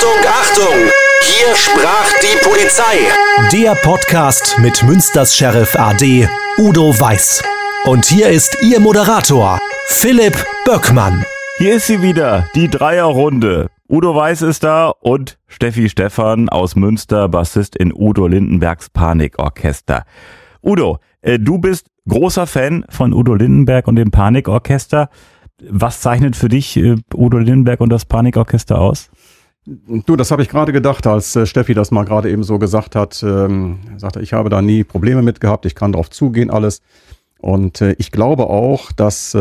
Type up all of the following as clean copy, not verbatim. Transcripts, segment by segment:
Achtung, Achtung! Hier sprach die Polizei. Der Podcast mit Münsters Sheriff AD Udo Weiß. Und hier ist Ihr Moderator, Philipp Böckmann. Hier ist sie wieder, die Dreierrunde. Udo Weiß ist da und Steffi Stephan aus Münster, Bassist in Udo Lindenbergs Panikorchester. Udo, du bist großer Fan von Udo Lindenberg und dem Panikorchester. Was zeichnet für dich Udo Lindenberg und das Panikorchester aus? Du, das habe ich gerade gedacht, als Steffi das mal gerade eben so gesagt hat. Sagte, ich habe da nie Probleme mit gehabt, ich kann drauf zugehen, alles. Und ich glaube auch, dass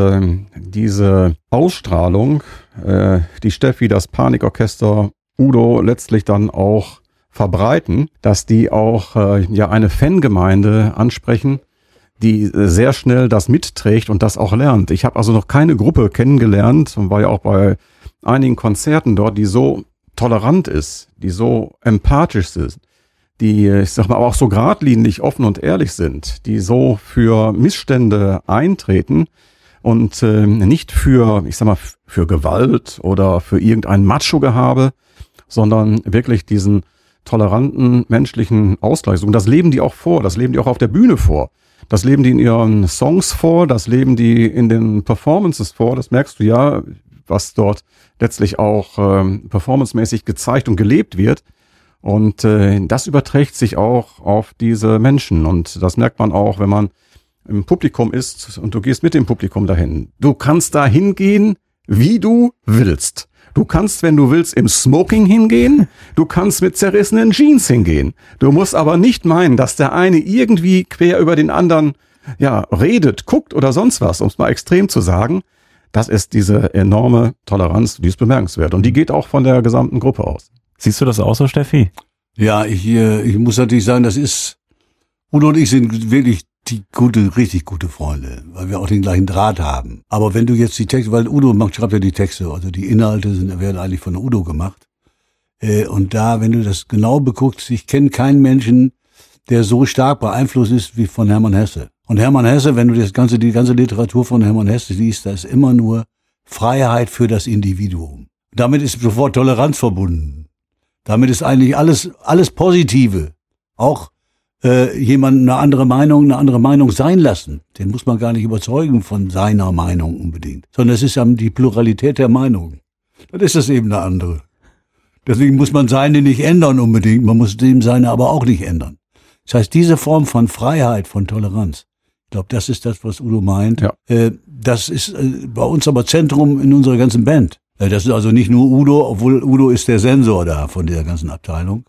diese Ausstrahlung, die Steffi, das Panikorchester, Udo letztlich dann auch verbreiten, dass die auch eine Fangemeinde ansprechen, die sehr schnell das mitträgt und das auch lernt. Ich habe also noch keine Gruppe kennengelernt und war ja auch bei einigen Konzerten dort, die so tolerant ist, die so empathisch ist, die, ich sag mal, aber auch so geradlinig offen und ehrlich sind, die so für Missstände eintreten und nicht für, ich sag mal, für Gewalt oder für irgendein Macho-Gehabe, sondern wirklich diesen toleranten menschlichen Ausgleich. Und das leben die auch vor, das leben die auch auf der Bühne vor. Das leben die in ihren Songs vor, das leben die in den Performances vor, das merkst du ja, was dort letztlich auch performancemäßig gezeigt und gelebt wird. Und das überträgt sich auch auf diese Menschen. Und das merkt man auch, wenn man im Publikum ist und du gehst mit dem Publikum dahin. Du kannst da hingehen, wie du willst. Du kannst, wenn du willst, im Smoking hingehen. Du kannst mit zerrissenen Jeans hingehen. Du musst aber nicht meinen, dass der eine irgendwie quer über den anderen redet, guckt oder sonst was, um es mal extrem zu sagen. Das ist diese enorme Toleranz, die ist bemerkenswert. Und die geht auch von der gesamten Gruppe aus. Siehst du das auch so, Steffi? Ja, ich muss natürlich sagen, Udo und ich sind wirklich richtig gute Freunde, weil wir auch den gleichen Draht haben. Aber wenn du jetzt die Texte, weil Udo schreibt ja die Texte, also die Inhalte werden eigentlich von Udo gemacht. Und da, wenn du das genau beguckst, ich kenne keinen Menschen, der so stark beeinflusst ist wie von Hermann Hesse. Und Hermann Hesse, wenn du die ganze Literatur von Hermann Hesse liest, da ist immer nur Freiheit für das Individuum. Damit ist sofort Toleranz verbunden. Damit ist eigentlich alles Positive. Auch jemanden eine andere Meinung sein lassen. Den muss man gar nicht überzeugen von seiner Meinung unbedingt. Sondern es ist ja die Pluralität der Meinungen. Dann ist das eben eine andere. Deswegen muss man seine nicht ändern unbedingt. Man muss dem seine aber auch nicht ändern. Das heißt, diese Form von Freiheit, von Toleranz, ich glaube, das ist das, was Udo meint. Ja. Das ist bei uns aber Zentrum in unserer ganzen Band. Das ist also nicht nur Udo, obwohl Udo ist der Sensor da von der ganzen Abteilung.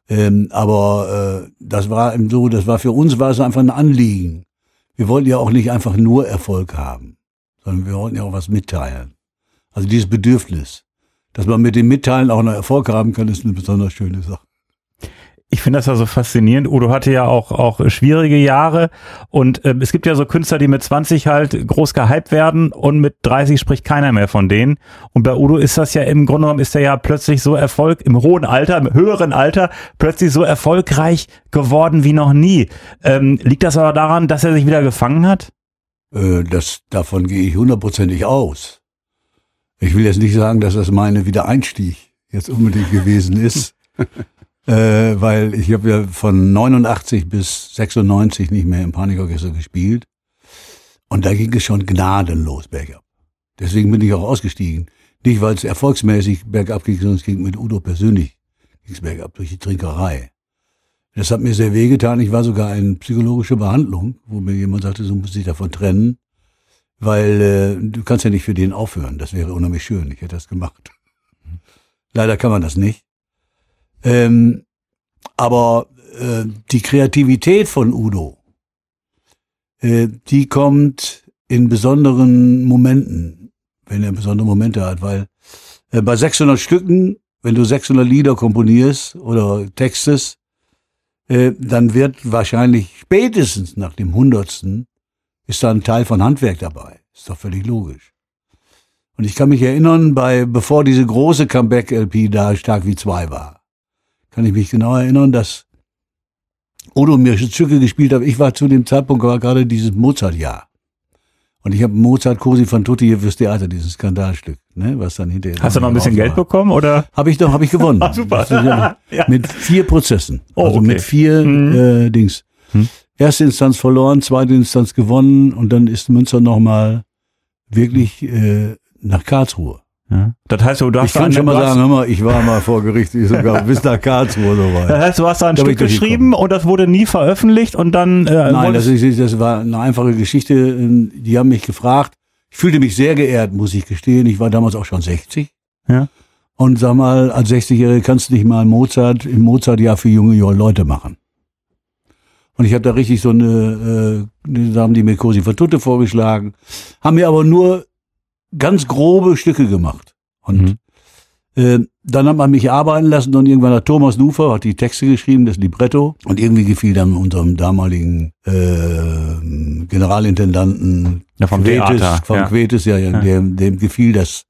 Aber das war eben so, für uns war es einfach ein Anliegen. Wir wollten ja auch nicht einfach nur Erfolg haben, sondern wir wollten ja auch was mitteilen. Also dieses Bedürfnis, dass man mit dem Mitteilen auch noch Erfolg haben kann, ist eine besonders schöne Sache. Ich finde das ja so faszinierend. Udo hatte ja auch schwierige Jahre und es gibt ja so Künstler, die mit 20 halt groß gehypt werden und mit 30 spricht keiner mehr von denen. Und bei Udo ist das ja im Grunde genommen, ist er ja plötzlich so im hohen Alter, im höheren Alter, plötzlich so erfolgreich geworden wie noch nie. Liegt das aber daran, dass er sich wieder gefangen hat? Davon gehe ich 100%ig aus. Ich will jetzt nicht sagen, dass das meine Wiedereinstieg jetzt unbedingt gewesen ist. Weil ich habe ja von 89 bis 96 nicht mehr im Panikorchester gespielt. Und da ging es schon gnadenlos bergab. Deswegen bin ich auch ausgestiegen. Nicht, weil es erfolgsmäßig bergab ging, sondern es ging mit Udo persönlich ging's bergab durch die Trinkerei. Das hat mir sehr wehgetan. Ich war sogar in psychologischer Behandlung, wo mir jemand sagte, so muss ich davon trennen. Weil du kannst ja nicht für den aufhören. Das wäre unheimlich schön. Ich hätte das gemacht. Leider kann man das nicht. Aber die Kreativität von Udo, die kommt in besonderen Momenten, wenn er besondere Momente hat, weil bei 600 Stücken, wenn du 600 Lieder komponierst oder textest, dann wird wahrscheinlich spätestens nach dem 100. ist da ein Teil von Handwerk dabei. Ist doch völlig logisch. Und ich kann mich erinnern, bevor diese große Comeback-LP da Stark wie 2 war, kann ich mich genau erinnern, dass Udo mir Stücke gespielt hat. Ich war zu dem Zeitpunkt gerade dieses Mozart-Jahr. Und ich habe Mozart Così fan tutti hier fürs Theater, dieses Skandalstück, ne, was dann hinterher. Hast du noch ein bisschen Geld bekommen, oder? Habe ich gewonnen. Super. Ja. Mit 4 Prozessen. Oh, also okay. mit 4 Dings. Erste Instanz verloren, zweite Instanz gewonnen und dann ist Münster nochmal wirklich nach Karlsruhe. Ja. Das heißt, du hast ich kann schon mal sagen, hör mal, ich war mal vor Gericht, sogar bis nach Karlsruhe so weit. Das heißt, du hast da ein Stück geschrieben und das wurde nie veröffentlicht und dann... Nein, das war eine einfache Geschichte. Die haben mich gefragt. Ich fühlte mich sehr geehrt, muss ich gestehen. Ich war damals auch schon 60. Ja. Und sag mal, als 60-Jährige kannst du nicht mal im Mozart-Jahr für junge Leute machen. Und ich habe da richtig so da haben die mir Così fan tutte vorgeschlagen, haben mir aber nur ganz grobe Stücke gemacht. Und dann hat man mich arbeiten lassen und irgendwann hat Thomas Nufer, hat die Texte geschrieben, das Libretto. Und irgendwie gefiel dann unserem damaligen Generalintendanten vom Quetes, dem gefiel das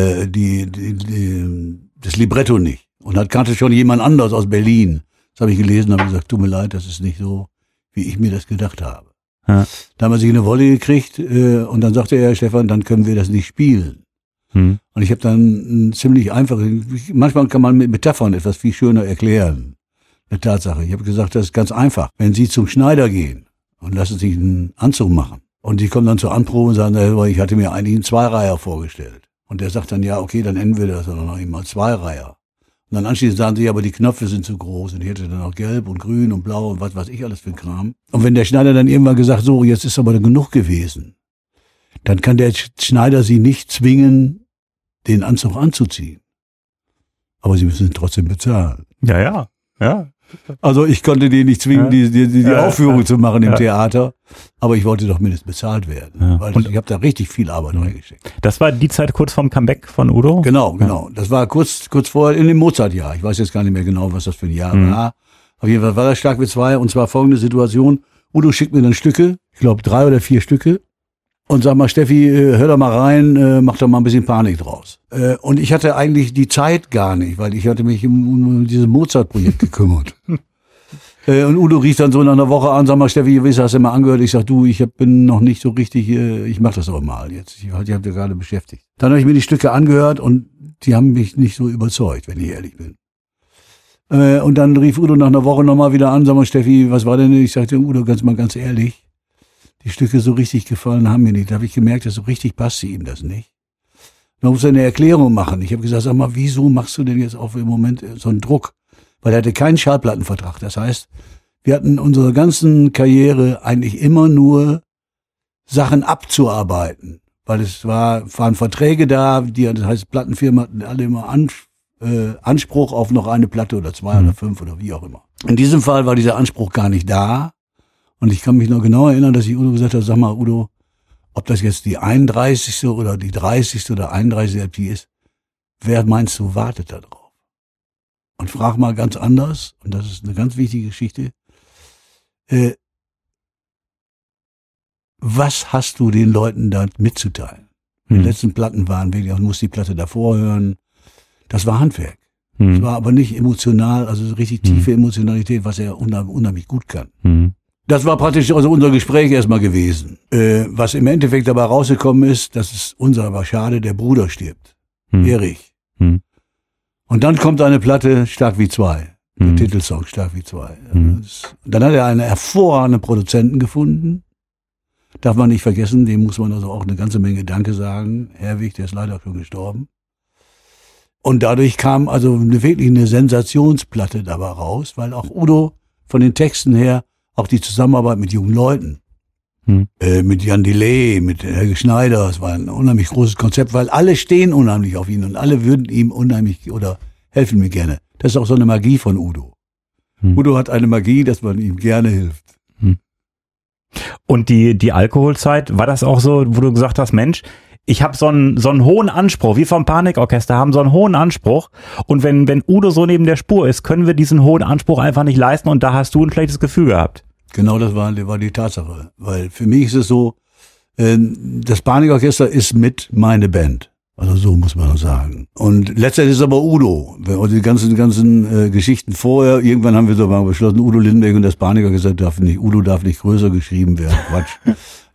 das Libretto nicht. Und kannte schon jemand anders aus Berlin. Das habe ich gelesen, habe gesagt, tut mir leid, das ist nicht so, wie ich mir das gedacht habe. Ja. Da haben wir sich eine Wolle gekriegt und dann sagte er, Stefan, dann können wir das nicht spielen. Und ich habe dann ziemlich einfach, manchmal kann man mit Metaphern etwas viel schöner erklären. Eine Tatsache. Ich habe gesagt, das ist ganz einfach. Wenn Sie zum Schneider gehen und lassen sich einen Anzug machen und Sie kommen dann zur Anprobe und sagen, ich hatte mir eigentlich einen Zweireiher vorgestellt. Und der sagt dann, ja, okay, dann enden wir das dann noch einmal Zweireiher. Und dann anschließend sagen sie, aber die Knöpfe sind zu groß. Und ich hätte dann auch gelb und grün und blau und was weiß ich alles für ein Kram. Und wenn der Schneider dann irgendwann gesagt, so, jetzt ist aber genug gewesen, dann kann der Schneider sie nicht zwingen, den Anzug anzuziehen. Aber sie müssen ihn trotzdem bezahlen. Ja. Also ich konnte die nicht zwingen, die Aufführung zu machen im Theater, aber ich wollte doch mindestens bezahlt werden, weil ich habe da richtig viel Arbeit reingesteckt. Das war die Zeit kurz vorm Comeback von Udo? Genau. Das war kurz vorher in dem Mozart-Jahr. Ich weiß jetzt gar nicht mehr genau, was das für ein Jahr war. Auf jeden Fall war das Schlag mit 2 und zwar folgende Situation. Udo schickt mir dann Stücke, ich glaube 3 oder 4 Stücke und sag mal, Steffi, hör doch mal rein, mach doch mal ein bisschen Panik draus. Und ich hatte eigentlich die Zeit gar nicht, weil ich hatte mich um dieses Mozart-Projekt gekümmert. Und Udo rief dann so nach einer Woche an, sag mal, Steffi, hast du mal angehört? Ich sag, du, ich bin noch nicht so richtig, ich mach das aber mal jetzt. Ich hab dich gerade beschäftigt. Dann habe ich mir die Stücke angehört und die haben mich nicht so überzeugt, wenn ich ehrlich bin. Und dann rief Udo nach einer Woche nochmal wieder an, sag mal, Steffi, was war denn? Ich sagte, Udo, ganz ehrlich, die Stücke so richtig gefallen haben mir nicht. Da habe ich gemerkt, dass so richtig passte ihm das nicht. Man muss eine Erklärung machen. Ich habe gesagt, sag mal, wieso machst du denn jetzt auch im Moment so einen Druck? Weil er hatte keinen Schallplattenvertrag. Das heißt, wir hatten unsere ganzen Karriere eigentlich immer nur Sachen abzuarbeiten. Weil es waren Verträge da, das heißt, Plattenfirmen hatten alle immer Anspruch auf noch eine Platte oder 2 oder 5 oder wie auch immer. In diesem Fall war dieser Anspruch gar nicht da. Und ich kann mich noch genau erinnern, dass ich Udo gesagt habe, sag mal, Udo, ob das jetzt die 31. oder die 30. oder 31. LP ist, wer meinst du, wartet da drauf? Und frag mal ganz anders, und das ist eine ganz wichtige Geschichte, was hast du den Leuten da mitzuteilen? Die letzten Platten waren wirklich, man muss die Platte davor hören, das war Handwerk. Das war aber nicht emotional, also so richtig tiefe Emotionalität, was er unheimlich gut kann. Das war praktisch also unser Gespräch erstmal gewesen. Was im Endeffekt dabei rausgekommen ist, dass es war schade, der Bruder stirbt. Erich. Und dann kommt eine Platte, Stark wie 2. Der Titelsong, Stark wie 2. Dann hat er einen hervorragenden Produzenten gefunden. Darf man nicht vergessen, dem muss man also auch eine ganze Menge Danke sagen. Herwig, der ist leider schon gestorben. Und dadurch kam also wirklich eine Sensationsplatte dabei raus, weil auch Udo von den Texten her auch die Zusammenarbeit mit jungen Leuten, mit Jan Delay, mit Helge Schneider, es war ein unheimlich großes Konzept, weil alle stehen unheimlich auf ihn und alle würden ihm unheimlich oder helfen mir gerne. Das ist auch so eine Magie von Udo. Udo hat eine Magie, dass man ihm gerne hilft. Und die Alkoholzeit, war das auch so, wo du gesagt hast, Mensch, ich habe so einen hohen Anspruch, wie vom Panikorchester, haben so einen hohen Anspruch. Und wenn Udo so neben der Spur ist, können wir diesen hohen Anspruch einfach nicht leisten und da hast du ein schlechtes Gefühl gehabt. Genau, das war die Tatsache. Weil für mich ist es so, das Panikorchester ist mit meine Band. Also so muss man sagen. Und letztendlich ist es aber Udo. Und die ganzen Geschichten vorher, irgendwann haben wir so mal beschlossen, Udo Lindenberg und das Panikorchester Udo darf nicht größer geschrieben werden. Quatsch.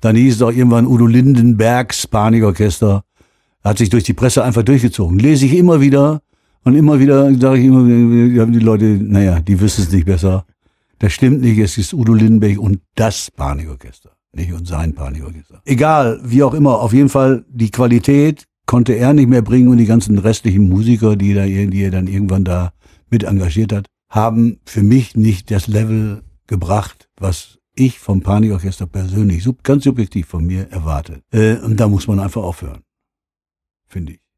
Dann hieß es auch irgendwann Udo Lindenbergs Panikorchester. Hat sich durch die Presse einfach durchgezogen. Lese ich immer wieder und immer wieder sage ich immer, die Leute, naja, die wissen es nicht besser. Das stimmt nicht, es ist Udo Lindenberg und das Panikorchester, nicht und sein Panikorchester. Egal, wie auch immer, auf jeden Fall die Qualität konnte er nicht mehr bringen und die ganzen restlichen Musiker, die er dann irgendwann da mit engagiert hat, haben für mich nicht das Level gebracht, was ich vom Panikorchester persönlich, ganz subjektiv von mir erwarte. Und da muss man einfach aufhören, finde ich.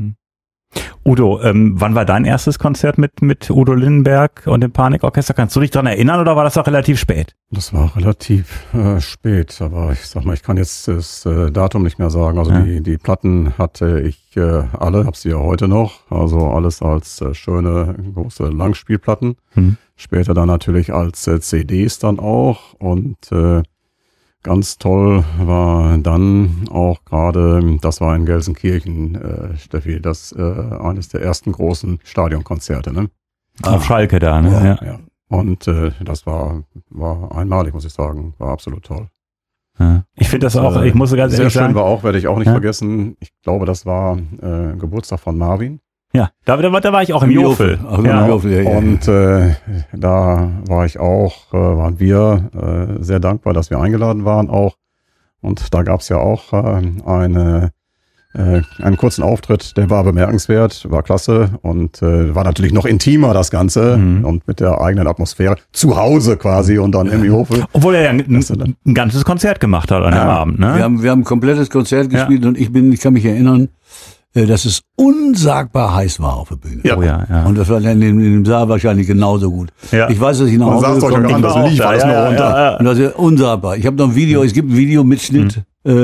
Udo, wann war dein erstes Konzert mit Udo Lindenberg und dem Panikorchester? Kannst du dich daran erinnern oder war das auch relativ spät? Das war relativ spät, aber ich sag mal, ich kann jetzt das Datum nicht mehr sagen. Also die Platten hatte ich alle, hab sie ja heute noch. Also alles als schöne, große Langspielplatten. Später dann natürlich als CDs dann auch und ganz toll war dann auch gerade, das war in Gelsenkirchen, Steffi, das eines der ersten großen Stadionkonzerte, ne? Auf Schalke da, ne? Ja. Und das war einmalig, muss ich sagen, war absolut toll. Ja. Ich finde das auch, ich muss ganz ehrlich sagen. Sehr schön war auch, werde ich auch nicht vergessen, ich glaube, das war Geburtstag von Marvin. Ja, da war ich auch im Jofel. Und da war ich auch, waren wir sehr dankbar, dass wir eingeladen waren auch. Und da gab es ja auch einen kurzen Auftritt, der war bemerkenswert, war klasse und war natürlich noch intimer das Ganze und mit der eigenen Atmosphäre zu Hause quasi und dann im Jofel. Obwohl er ja ein ganzes Konzert gemacht hat an dem Abend, ne? Wir haben ein komplettes Konzert gespielt und ich kann mich erinnern, dass es unsagbar heiß war auf der Bühne. Ja. Oh ja. Und das war in dem Saal wahrscheinlich genauso gut. Ja. Ich weiß, dass ich nach Hause gekommen bin. Das lief alles nur runter. Und das ist unsagbar. Ich habe noch ein Video, es gibt einen Videomitschnitt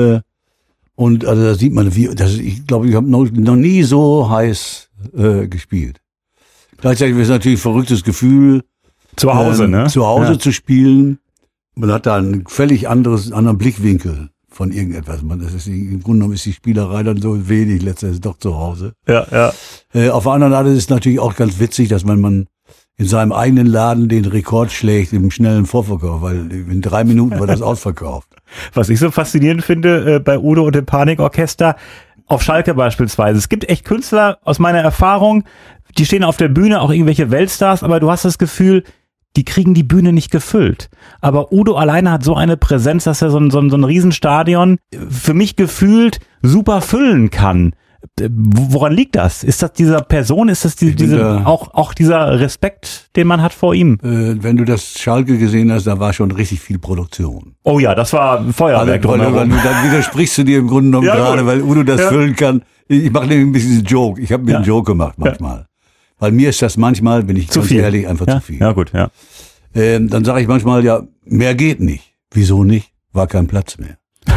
und also da sieht man, ich glaube, ich habe noch nie so heiß gespielt. Gleichzeitig ist es natürlich ein verrücktes Gefühl, zu Hause, ne? Zu Hause zu spielen. Man hat da einen völlig anderen Blickwinkel von irgendetwas. Das ist, im Grunde genommen ist die Spielerei dann so wenig, letztendlich doch zu Hause. Ja. Auf der anderen Seite ist es natürlich auch ganz witzig, dass man in seinem eigenen Laden den Rekord schlägt im schnellen Vorverkauf, weil in 3 Minuten war das ausverkauft. Was ich so faszinierend finde bei Udo und dem Panikorchester, auf Schalke beispielsweise. Es gibt echt Künstler, aus meiner Erfahrung, die stehen auf der Bühne, auch irgendwelche Weltstars, aber du hast das Gefühl, die kriegen die Bühne nicht gefüllt. Aber Udo alleine hat so eine Präsenz, dass er so ein Riesenstadion für mich gefühlt super füllen kann. Woran liegt das? Ist das dieser Person? Ist das auch dieser Respekt, den man hat vor ihm? Wenn du das Schalke gesehen hast, da war schon richtig viel Produktion. Oh ja, das war ein Feuerwerk drumherum. Dann widersprichst du dir im Grunde genommen gerade, weil Udo das füllen kann. Ich mache nämlich ein bisschen Joke. Ich habe mir einen Joke gemacht manchmal. Ja. Weil mir ist das manchmal, bin ich ganz ehrlich, einfach zu viel. Ja, gut, ja. Dann sage ich manchmal, mehr geht nicht. Wieso nicht? War kein Platz mehr.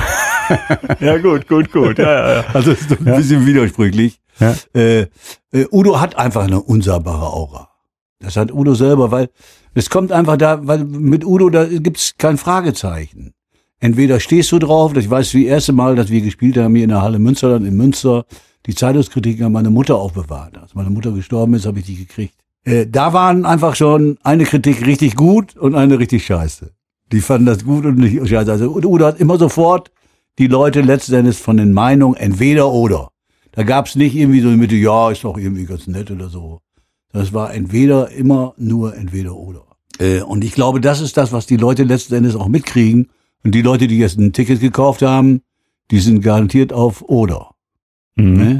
Ja, gut. Ja. Also ist doch ein bisschen widersprüchlich. Ja. Udo hat einfach eine unsagbare Aura. Das hat Udo selber, weil es kommt einfach weil mit Udo, da gibt's kein Fragezeichen. Entweder stehst du drauf, ich weiß, das erste Mal, dass wir gespielt haben hier in der Halle Münsterland, in Münster, die Zeitungskritiken haben meine Mutter aufbewahrt. Als meine Mutter gestorben ist, habe ich die gekriegt. Da waren einfach schon eine Kritik richtig gut und eine richtig scheiße. Die fanden das gut und nicht scheiße. Also Udo hat immer sofort die Leute letzten Endes von den Meinungen entweder oder. Da gab's nicht irgendwie so in der Mitte, ja, ist doch irgendwie ganz nett oder so. Das war immer nur entweder oder. Und ich glaube, das ist das, was die Leute letzten Endes auch mitkriegen. Und die Leute, die jetzt ein Ticket gekauft haben, die sind garantiert auf oder. Ne?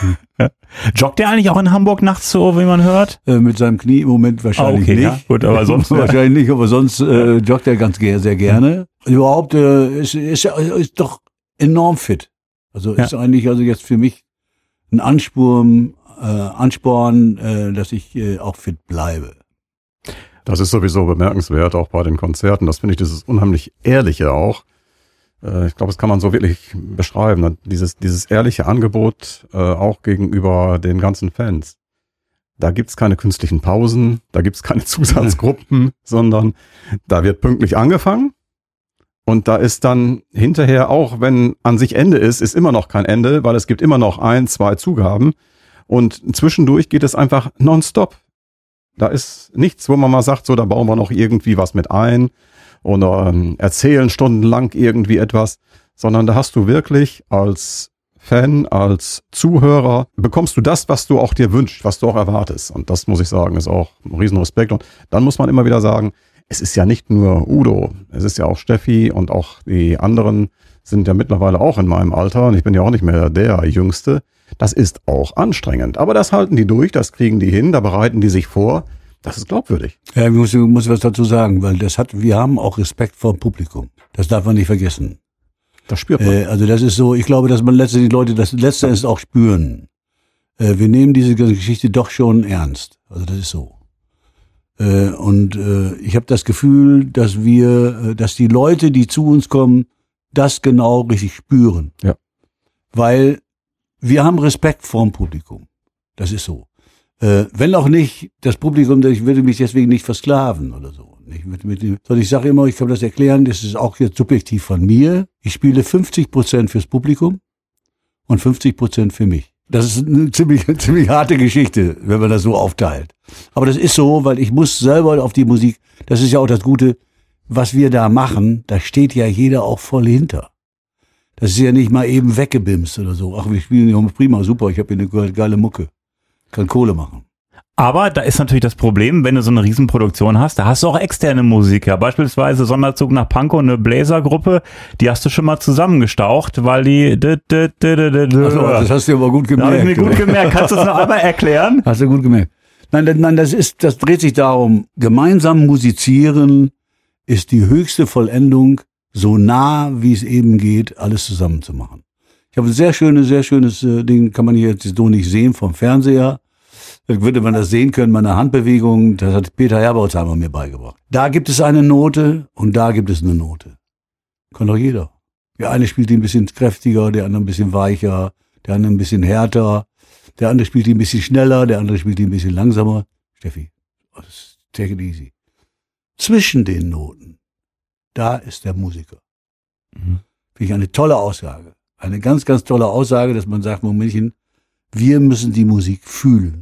Joggt der eigentlich auch in Hamburg nachts so, wie man hört? Mit seinem Knie im Moment wahrscheinlich nicht. Ja, gut, aber sonst wahrscheinlich nicht, aber sonst joggt er sehr gerne. Überhaupt ist doch enorm fit. Also ist eigentlich also jetzt für mich ein Ansporn, dass ich auch fit bleibe. Das ist sowieso bemerkenswert, auch bei den Konzerten. Das finde ich, dieses unheimlich Ehrliche auch. Ich glaube, das kann man so wirklich beschreiben. Dieses ehrliche Angebot auch gegenüber den ganzen Fans. Da gibt's keine künstlichen Pausen, da gibt's keine Zusatzgruppen, sondern da wird pünktlich angefangen. Und da ist dann hinterher, auch wenn an sich Ende ist immer noch kein Ende, weil es gibt immer noch 1, 2 Zugaben. Und zwischendurch geht es einfach nonstop. Da ist nichts, wo man mal sagt, so, da bauen wir noch irgendwie was mit ein. oder erzählen stundenlang irgendwie etwas, sondern da hast du wirklich als Fan, als Zuhörer, bekommst du das, was du auch dir wünschst, was du auch erwartest. Und das muss ich sagen, ist auch ein Riesenrespekt. Und dann muss man immer wieder sagen, es ist ja nicht nur Udo, es ist ja auch Steffi und auch die anderen sind ja mittlerweile auch in meinem Alter und ich bin ja auch nicht mehr der Jüngste. Das ist auch anstrengend, aber das halten die durch, das kriegen die hin, da bereiten die sich vor. Das ist glaubwürdig. Ja, ich muss was dazu sagen, weil wir haben auch Respekt vor dem Publikum. Das darf man nicht vergessen. Das spürt man. Also das ist so, ich glaube, dass man letztendlich die Leute das letztendlich auch spüren. Wir nehmen diese ganze Geschichte doch schon ernst. Also das ist so. Und ich habe das Gefühl, dass die Leute, die zu uns kommen, das genau richtig spüren. Ja. Weil wir haben Respekt vor dem Publikum. Das ist so. Wenn auch nicht das Publikum, ich würde mich deswegen nicht versklaven oder so. Sondern ich sage immer, ich kann das erklären, das ist auch jetzt subjektiv von mir. Ich spiele 50% fürs Publikum und 50% für mich. Das ist eine ziemlich harte Geschichte, wenn man das so aufteilt. Aber das ist so, weil ich muss selber auf die Musik, das ist ja auch das Gute, was wir da machen, da steht ja jeder auch voll hinter. Das ist ja nicht mal eben weggebimst oder so. Ach, wir spielen ja prima, super, ich habe hier eine geile Mucke. Kann Kohle machen. Aber da ist natürlich das Problem, wenn du so eine Riesenproduktion hast, da hast du auch externe Musiker. Beispielsweise Sonderzug nach Pankow, eine Bläsergruppe, die hast du schon mal zusammengestaucht, weil die... Achso, das hast du aber gut gemerkt. Da habe ich mir gut gemerkt. Kannst du es noch einmal erklären? Hast du gut gemerkt. Nein, das dreht sich darum, gemeinsam musizieren ist die höchste Vollendung, so nah wie es eben geht, alles zusammen zu machen. Ich habe ein sehr schönes Ding, kann man hier jetzt so nicht sehen vom Fernseher. Da würde man das sehen können, meine Handbewegung, das hat Peter Herbolzheimer mir beigebracht. Da gibt es eine Note und da gibt es eine Note. Kann doch jeder. Der eine spielt die ein bisschen kräftiger, der andere ein bisschen weicher, der andere ein bisschen härter, der andere spielt die ein bisschen schneller, der andere spielt die ein bisschen langsamer. Steffi, take it easy. Zwischen den Noten, da ist der Musiker. Finde ich eine tolle Aussage. Eine ganz, ganz tolle Aussage, dass man sagt, Momentchen, wir müssen die Musik fühlen.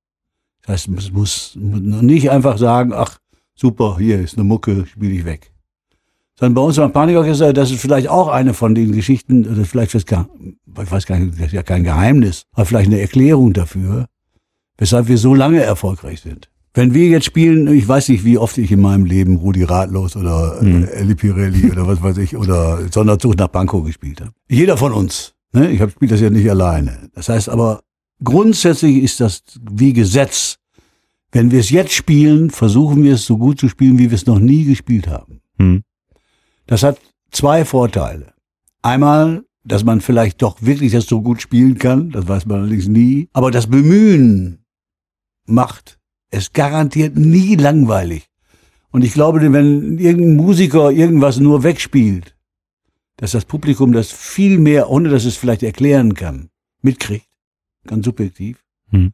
Das heißt, es muss nicht einfach sagen, ach, super, hier ist eine Mucke, spiele ich weg. Sondern bei uns beim Panikorchester, das ist vielleicht auch eine von den Geschichten, oder vielleicht ich weiß gar nicht, das ist ja kein Geheimnis, aber vielleicht eine Erklärung dafür, weshalb wir so lange erfolgreich sind. Wenn wir jetzt spielen, ich weiß nicht, wie oft ich in meinem Leben Rudi Ratlos oder Elli Pirelli oder was weiß ich, oder Sonderzug nach Pankow gespielt habe. Jeder von uns. Ne? Ich spiele das ja nicht alleine. Das heißt aber, grundsätzlich ist das wie Gesetz. Wenn wir es jetzt spielen, versuchen wir es so gut zu spielen, wie wir es noch nie gespielt haben. Das hat zwei Vorteile. Einmal, dass man vielleicht doch wirklich das so gut spielen kann, das weiß man allerdings nie. Aber das Bemühen macht es garantiert nie langweilig. Und ich glaube, wenn irgendein Musiker irgendwas nur wegspielt, dass das Publikum das viel mehr, ohne dass es vielleicht erklären kann, mitkriegt. Ganz subjektiv.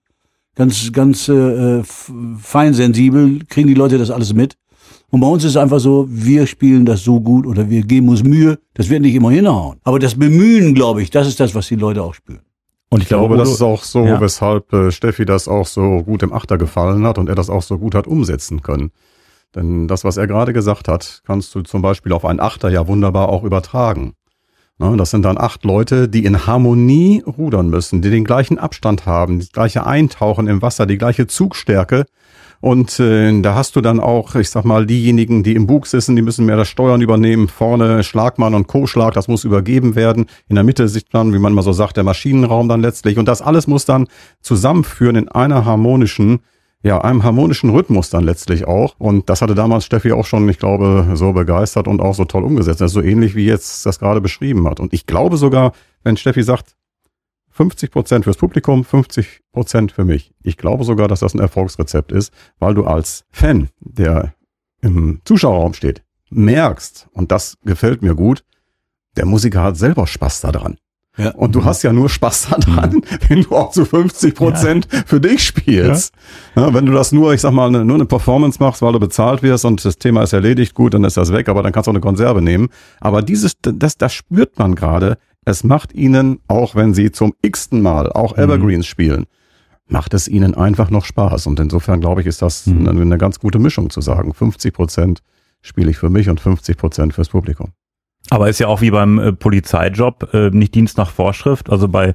Ganz feinsensibel kriegen die Leute das alles mit. Und bei uns ist es einfach so, wir spielen das so gut oder wir geben uns Mühe. Das wird nicht immer hinhauen. Aber das Bemühen, glaube ich, das ist das, was die Leute auch spüren. Und ich glaube, das ist auch so, weshalb Steffi das auch so gut im Achter gefallen hat und er das auch so gut hat umsetzen können. Denn das, was er gerade gesagt hat, kannst du zum Beispiel auf einen Achter ja wunderbar auch übertragen. Das sind dann 8 Leute, die in Harmonie rudern müssen, die den gleichen Abstand haben, das gleiche Eintauchen im Wasser, die gleiche Zugstärke. Und da hast du dann auch, ich sag mal, diejenigen, die im Bug sitzen, die müssen mehr das Steuern übernehmen. Vorne Schlagmann und Co-Schlag, das muss übergeben werden. In der Mitte sieht dann, wie man mal so sagt, der Maschinenraum dann letztlich. Und das alles muss dann zusammenführen in einem harmonischen Rhythmus dann letztlich auch. Und das hatte damals Steffi auch schon, ich glaube, so begeistert und auch so toll umgesetzt. Das ist so ähnlich, wie jetzt das gerade beschrieben hat. Und ich glaube sogar, wenn Steffi sagt, 50% fürs Publikum, 50% für mich. Ich glaube sogar, dass das ein Erfolgsrezept ist, weil du als Fan, der im Zuschauerraum steht, merkst, und das gefällt mir gut, der Musiker hat selber Spaß daran. Ja. Und du hast ja nur Spaß daran, wenn du auch zu 50% für dich spielst. Ja, wenn du das nur, ich sag mal, nur eine Performance machst, weil du bezahlt wirst und das Thema ist erledigt, gut, dann ist das weg, aber dann kannst du auch eine Konserve nehmen. Aber das spürt man gerade. Es macht ihnen, auch wenn sie zum x-ten Mal auch Evergreens spielen, macht es ihnen einfach noch Spaß. Und insofern, glaube ich, ist das eine ganz gute Mischung zu sagen. 50% spiele ich für mich und 50% fürs Publikum. Aber ist ja auch wie beim Polizeijob nicht Dienst nach Vorschrift. Also beim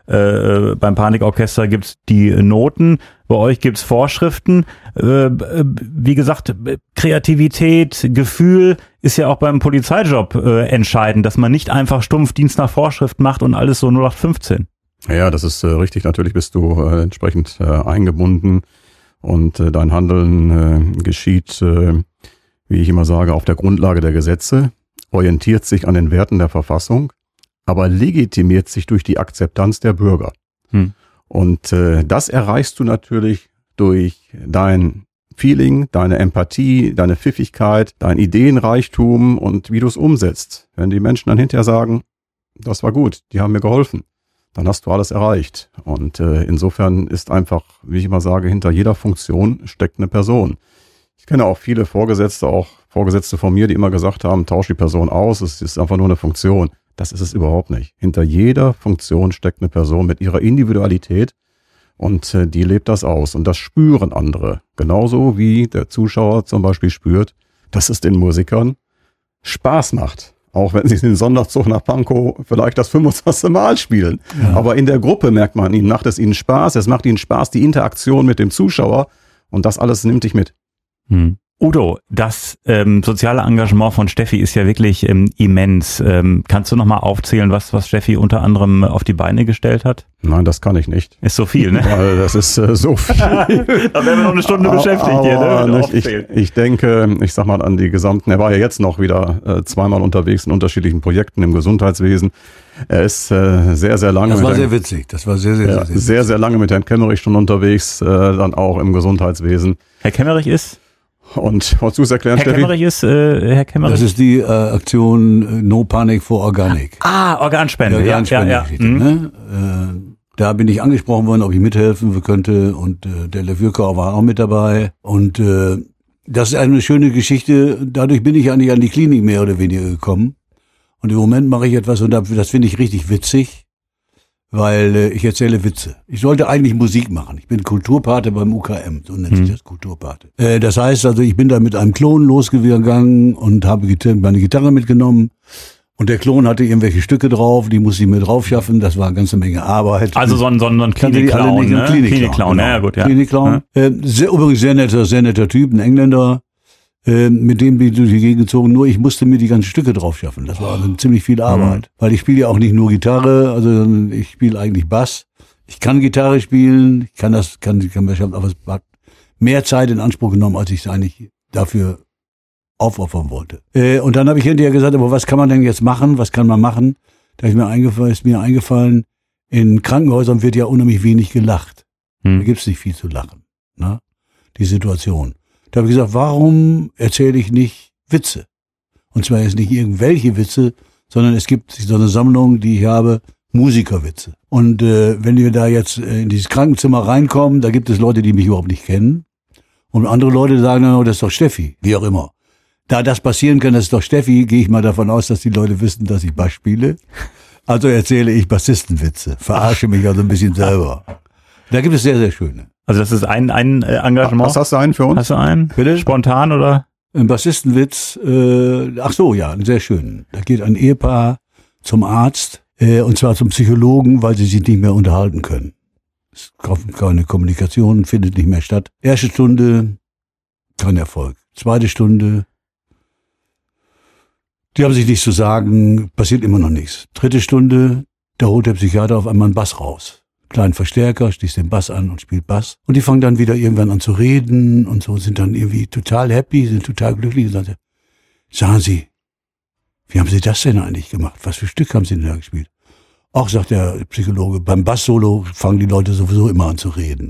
Panikorchester gibt's die Noten, bei euch gibt's Vorschriften. Wie gesagt, Kreativität, Gefühl ist ja auch beim Polizeijob entscheidend, dass man nicht einfach stumpf Dienst nach Vorschrift macht und alles so 0815. Ja, das ist richtig. Natürlich bist du entsprechend eingebunden und dein Handeln geschieht, wie ich immer sage, auf der Grundlage der Gesetze, orientiert sich an den Werten der Verfassung, aber legitimiert sich durch die Akzeptanz der Bürger. Und das erreichst du natürlich durch dein Feeling, deine Empathie, deine Pfiffigkeit, dein Ideenreichtum und wie du es umsetzt. Wenn die Menschen dann hinterher sagen, das war gut, die haben mir geholfen, dann hast du alles erreicht. Und insofern ist einfach, wie ich immer sage, hinter jeder Funktion steckt eine Person. Ich kenne auch viele Vorgesetzte, auch Vorgesetzte von mir, die immer gesagt haben, tausch die Person aus, es ist einfach nur eine Funktion. Das ist es überhaupt nicht. Hinter jeder Funktion steckt eine Person mit ihrer Individualität und die lebt das aus. Und das spüren andere. Genauso wie der Zuschauer zum Beispiel spürt, dass es den Musikern Spaß macht. Auch wenn sie den Sonderzug nach Pankow vielleicht das 25. Mal spielen. Ja. Aber in der Gruppe merkt man, ihnen macht es ihnen Spaß. Es macht ihnen Spaß, die Interaktion mit dem Zuschauer. Und das alles nimmt dich mit. Udo, das soziale Engagement von Steffi ist ja wirklich immens. Kannst du nochmal aufzählen, was Steffi unter anderem auf die Beine gestellt hat? Nein, das kann ich nicht. Ist so viel, ne? Weil das ist so viel. Da wären wir noch eine Stunde beschäftigt hier, ne? Ich denke, ich sag mal an die gesamten, er war ja jetzt noch wieder zweimal unterwegs in unterschiedlichen Projekten im Gesundheitswesen. Er ist sehr, sehr lange. Das war sehr witzig. Das war sehr witzig. Sehr, sehr lange mit Herrn Kemmerich schon unterwegs, dann auch im Gesundheitswesen. Herr Kemmerich ist? Und wolltest du es erklären, Steffi? Herr Kemmerich. Das ist die Aktion No Panic for Organic. Organspende. Ja. Ne? Da bin ich angesprochen worden, ob ich mithelfen könnte, und der Levürkau war auch mit dabei. Und das ist eine schöne Geschichte. Dadurch bin ich eigentlich an die Klinik mehr oder weniger gekommen. Und im Moment mache ich etwas, und das finde ich richtig witzig, weil ich erzähle Witze. Ich sollte eigentlich Musik machen. Ich bin Kulturpate beim UKM, so nennt sich das, Kulturpate. Das heißt also, ich bin da mit einem Klon losgegangen und habe meine Gitarre mitgenommen. Und der Klon hatte irgendwelche Stücke drauf, die musste ich mir drauf schaffen. Das war eine ganze Menge Arbeit. Also so ein Klinik-Clown, ne? Klinik-Clown, ja gut, ja. Klinik-Clown. Übrigens sehr netter Typ, ein Engländer. Mit dem bin ich durch die Gegend gezogen, nur ich musste mir die ganzen Stücke drauf schaffen. Das war also ziemlich viel Arbeit. Weil ich spiele ja auch nicht nur Gitarre, also ich spiele eigentlich Bass. Ich kann Gitarre spielen, ich kann mir schaffen, aber es hat mehr Zeit in Anspruch genommen, als ich es eigentlich dafür aufopfern wollte. Und dann habe ich hinterher gesagt, aber was kann man denn jetzt machen? Was kann man machen? Da ist mir eingefallen, in Krankenhäusern wird ja unheimlich wenig gelacht. Da gibt's nicht viel zu lachen. Ne? Die Situation. Da habe ich gesagt, warum erzähle ich nicht Witze? Und zwar jetzt nicht irgendwelche Witze, sondern es gibt so eine Sammlung, die ich habe, Musikerwitze. Und wenn wir da jetzt in dieses Krankenzimmer reinkommen, da gibt es Leute, die mich überhaupt nicht kennen. Und andere Leute sagen dann, oh, das ist doch Steffi, wie auch immer. Da das passieren kann, das ist doch Steffi, gehe ich mal davon aus, dass die Leute wissen, dass ich Bass spiele. Also erzähle ich Bassistenwitze, verarsche mich also ein bisschen selber. Da gibt es sehr, sehr schöne. Also das ist ein Engagement. Was hast du einen für uns? Hast du einen? Bitte? Spontan oder? Ein Bassistenwitz, ach so, ja, einen sehr schönen. Da geht ein Ehepaar zum Arzt, und zwar zum Psychologen, weil sie sich nicht mehr unterhalten können. Keine Kommunikation findet nicht mehr statt. Erste Stunde, kein Erfolg. Zweite Stunde, die haben sich nichts zu sagen, passiert immer noch nichts. Dritte Stunde, da holt der Psychiater auf einmal einen Bass raus. Kleinen Verstärker, schließt den Bass an und spielt Bass. Und die fangen dann wieder irgendwann an zu reden und so, sind dann irgendwie total happy, sind total glücklich. Und sagen sie, wie haben Sie das denn eigentlich gemacht? Was für Stück haben Sie denn da gespielt? Auch, sagt der Psychologe, beim Bass-Solo fangen die Leute sowieso immer an zu reden.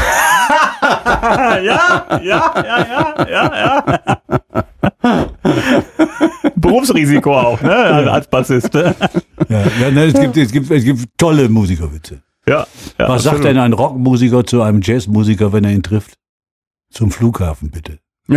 Ja. Berufsrisiko auch, ne? Als Bassist. Es gibt tolle Musikerwitze. Ja, was sagt denn ein Rockmusiker zu einem Jazzmusiker, wenn er ihn trifft? Zum Flughafen, bitte.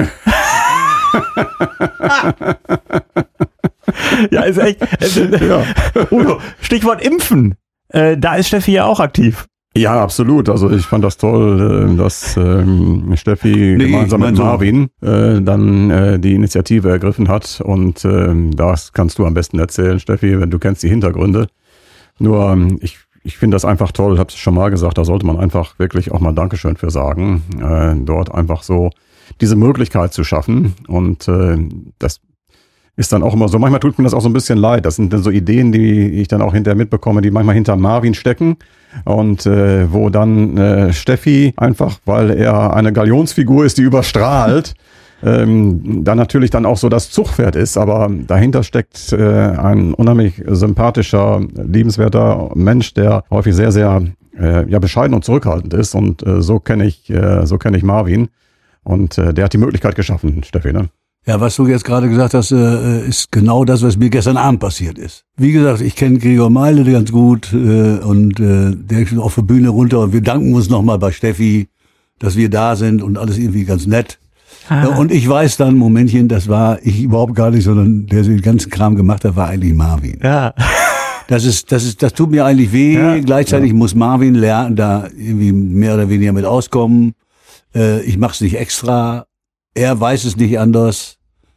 Ja, ist echt. Ja. Udo, Stichwort Impfen. Da ist Steffi ja auch aktiv. Ja, absolut. Also ich fand das toll, dass Steffi gemeinsam mit Marvin dann die Initiative ergriffen hat. Und das kannst du am besten erzählen, Steffi, wenn du kennst die Hintergründe. Nur ich finde das einfach toll, habe es schon mal gesagt, da sollte man einfach wirklich auch mal Dankeschön für sagen, dort einfach so diese Möglichkeit zu schaffen. Und das ist dann auch immer so, manchmal tut mir das auch so ein bisschen leid. Das sind dann so Ideen, die ich dann auch hinterher mitbekomme, die manchmal hinter Marvin stecken. Und wo dann Steffi einfach, weil er eine Galionsfigur ist, die überstrahlt, dann natürlich dann auch so das Zugpferd ist. Aber dahinter steckt ein unheimlich sympathischer, liebenswerter Mensch, der häufig sehr, sehr bescheiden und zurückhaltend ist. Und so kenne ich Marvin. Und der hat die Möglichkeit geschaffen, Steffi, ne? Ja, was du jetzt gerade gesagt hast, ist genau das, was mir gestern Abend passiert ist. Wie gesagt, ich kenne Gregor Meile ganz gut und der ist auf der Bühne runter und wir danken uns nochmal bei Steffi, dass wir da sind und alles irgendwie ganz nett. Und ich weiß dann, Momentchen, das war ich überhaupt gar nicht, sondern der den ganzen Kram gemacht hat, war eigentlich Marvin. Ja. Das tut mir eigentlich weh. Ja, gleichzeitig muss Marvin lernen, da irgendwie mehr oder weniger mit auskommen. Ich mach's nicht extra. Er weiß es nicht anders.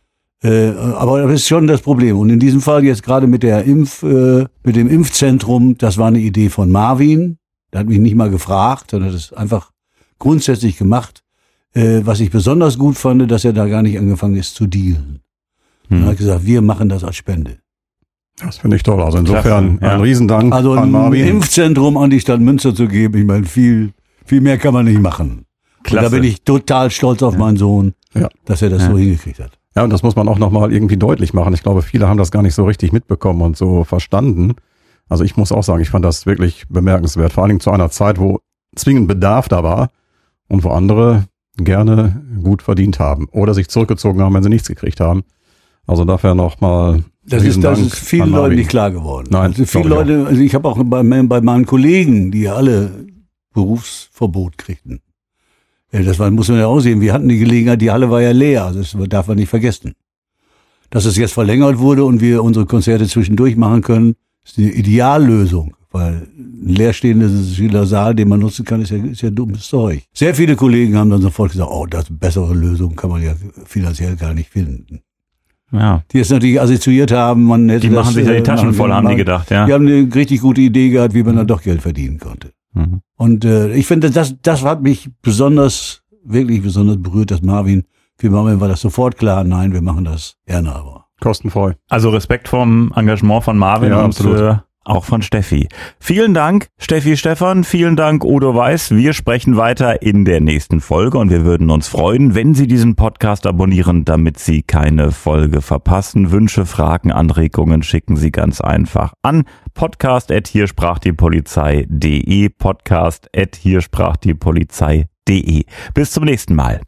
Aber das ist schon das Problem. Und in diesem Fall jetzt gerade mit dem Impfzentrum, das war eine Idee von Marvin. Der hat mich nicht mal gefragt, sondern das einfach grundsätzlich gemacht. Was ich besonders gut fand, dass er da gar nicht angefangen ist zu dealen. Er hat gesagt, wir machen das als Spende. Das finde ich toll. Also insofern ein Riesendank an Marvin. Also ein Impfzentrum an die Stadt Münster zu geben, ich meine, viel mehr kann man nicht machen. Klasse. Und da bin ich total stolz auf meinen Sohn, dass er das so hingekriegt hat. Ja, und das muss man auch nochmal irgendwie deutlich machen. Ich glaube, viele haben das gar nicht so richtig mitbekommen und so verstanden. Also ich muss auch sagen, ich fand das wirklich bemerkenswert. Vor allen Dingen zu einer Zeit, wo zwingend Bedarf da war und wo andere gerne gut verdient haben oder sich zurückgezogen haben, wenn sie nichts gekriegt haben. Also dafür nochmal das ist vielen Leuten nicht klar geworden. Nein, also viele Leute, also ich habe auch bei meinen Kollegen, die alle Berufsverbot kriegten. Das muss man ja auch sehen. Wir hatten die Gelegenheit, die Halle war ja leer. Also das darf man nicht vergessen. Dass es jetzt verlängert wurde und wir unsere Konzerte zwischendurch machen können, ist eine Ideallösung. Weil ein leerstehender Saal, den man nutzen kann, ist ja dummes Zeug. Sehr viele Kollegen haben dann sofort gesagt, das bessere Lösung kann man ja finanziell gar nicht finden. Ja. Die es natürlich assoziiert haben, die machen sich ja die Taschen voll, haben die gedacht, ja. Die haben eine richtig gute Idee gehabt, wie man dann doch Geld verdienen konnte. Mhm. Und ich finde, das hat mich wirklich besonders berührt, dass für Marvin war das sofort klar, nein, wir machen das gerne, aber kostenfrei. Also Respekt vom Engagement von Marvin und auch von Steffi. Vielen Dank, Stefan. Vielen Dank, Udo Weiß. Wir sprechen weiter in der nächsten Folge und wir würden uns freuen, wenn Sie diesen Podcast abonnieren, damit Sie keine Folge verpassen. Wünsche, Fragen, Anregungen schicken Sie ganz einfach an podcast@hiersprachdiepolizei.de, podcast@hiersprachdiepolizei.de. Bis zum nächsten Mal.